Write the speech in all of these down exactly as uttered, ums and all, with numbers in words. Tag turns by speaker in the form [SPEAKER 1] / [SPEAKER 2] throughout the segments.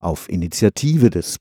[SPEAKER 1] Auf Initiative des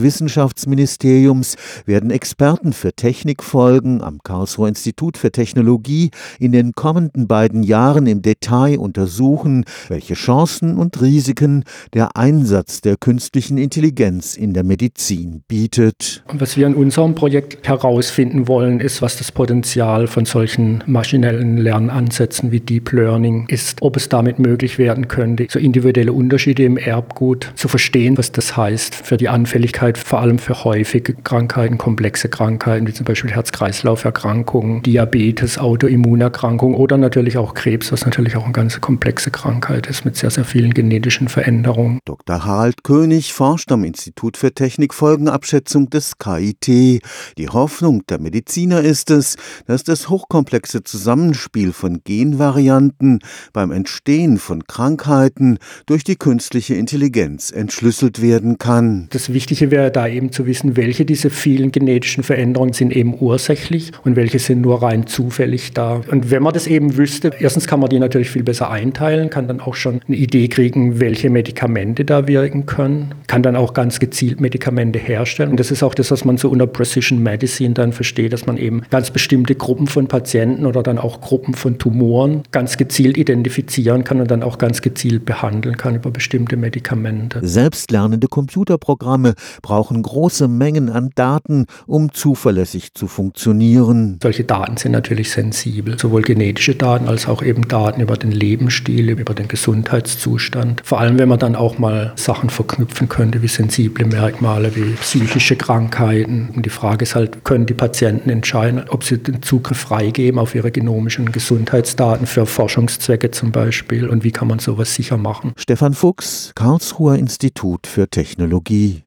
[SPEAKER 1] Bundeswissenschaftsministeriums werden Experten für Technikfolgen am Karlsruher Institut für Technologie in den kommenden beiden Jahren im Detail untersuchen, welche Chancen und Risiken der Einsatz der künstlichen Intelligenz in der Medizin bietet.
[SPEAKER 2] Und was wir in unserem Projekt herausfinden wollen, ist, was das Potenzial von solchen maschinellen Lernansätzen wie Deep Learning ist, ob es damit möglich werden könnte, so individuelle Unterschiede im Erbgut zu verstehen, was das heißt für die Anfälligkeit, vor allem für häufige Krankheiten, komplexe Krankheiten, wie zum Beispiel Herz-Kreislauf-Erkrankungen, Diabetes, Autoimmunerkrankungen oder natürlich auch Krebs, was natürlich auch eine ganz komplexe Krankheit ist mit sehr, sehr vielen genetischen Veränderungen.
[SPEAKER 1] Doktor Harald König forscht am Institut für Technikfolgenabschätzung des K I T. Die Hoffnung der Mediziner ist es, dass das hochkomplexe Zusammenspiel von Genvarianten beim Entstehen von Krankheiten durch die künstliche Intelligenz entschlüsselt werden kann.
[SPEAKER 2] Das Wichtige wäre da eben zu wissen, welche dieser vielen genetischen Veränderungen sind eben ursächlich und welche sind nur rein zufällig da. Und wenn man das eben wüsste, erstens kann man die natürlich viel besser einteilen, kann dann auch schon eine Idee kriegen, welche Medikamente da wirken können, kann dann auch ganz gezielt Medikamente herstellen. Und das ist auch das, was man so unter Precision Medicine dann versteht, dass man eben ganz bestimmte Gruppen von Patienten oder dann auch Gruppen von Tumoren ganz gezielt identifizieren kann und dann auch ganz gezielt behandeln kann über bestimmte Medikamente.
[SPEAKER 1] Selbstlernende Computerprogramme brauchen große Mengen an Daten, um zuverlässig zu funktionieren.
[SPEAKER 2] Solche Daten sind natürlich sensibel, sowohl genetische Daten als auch eben Daten über den Lebensstil, über den Gesundheitszustand. Vor allem, wenn man dann auch mal Sachen verknüpfen könnte, wie sensible Merkmale, wie psychische Krankheiten. Und die Frage ist halt, können die Patienten entscheiden, ob sie den Zugriff freigeben auf ihre genomischen Gesundheitsdaten für Forschungszwecke zum Beispiel und wie kann man sowas sicher machen?
[SPEAKER 1] Stefan Fuchs, Karlsruher Institut für Technologie.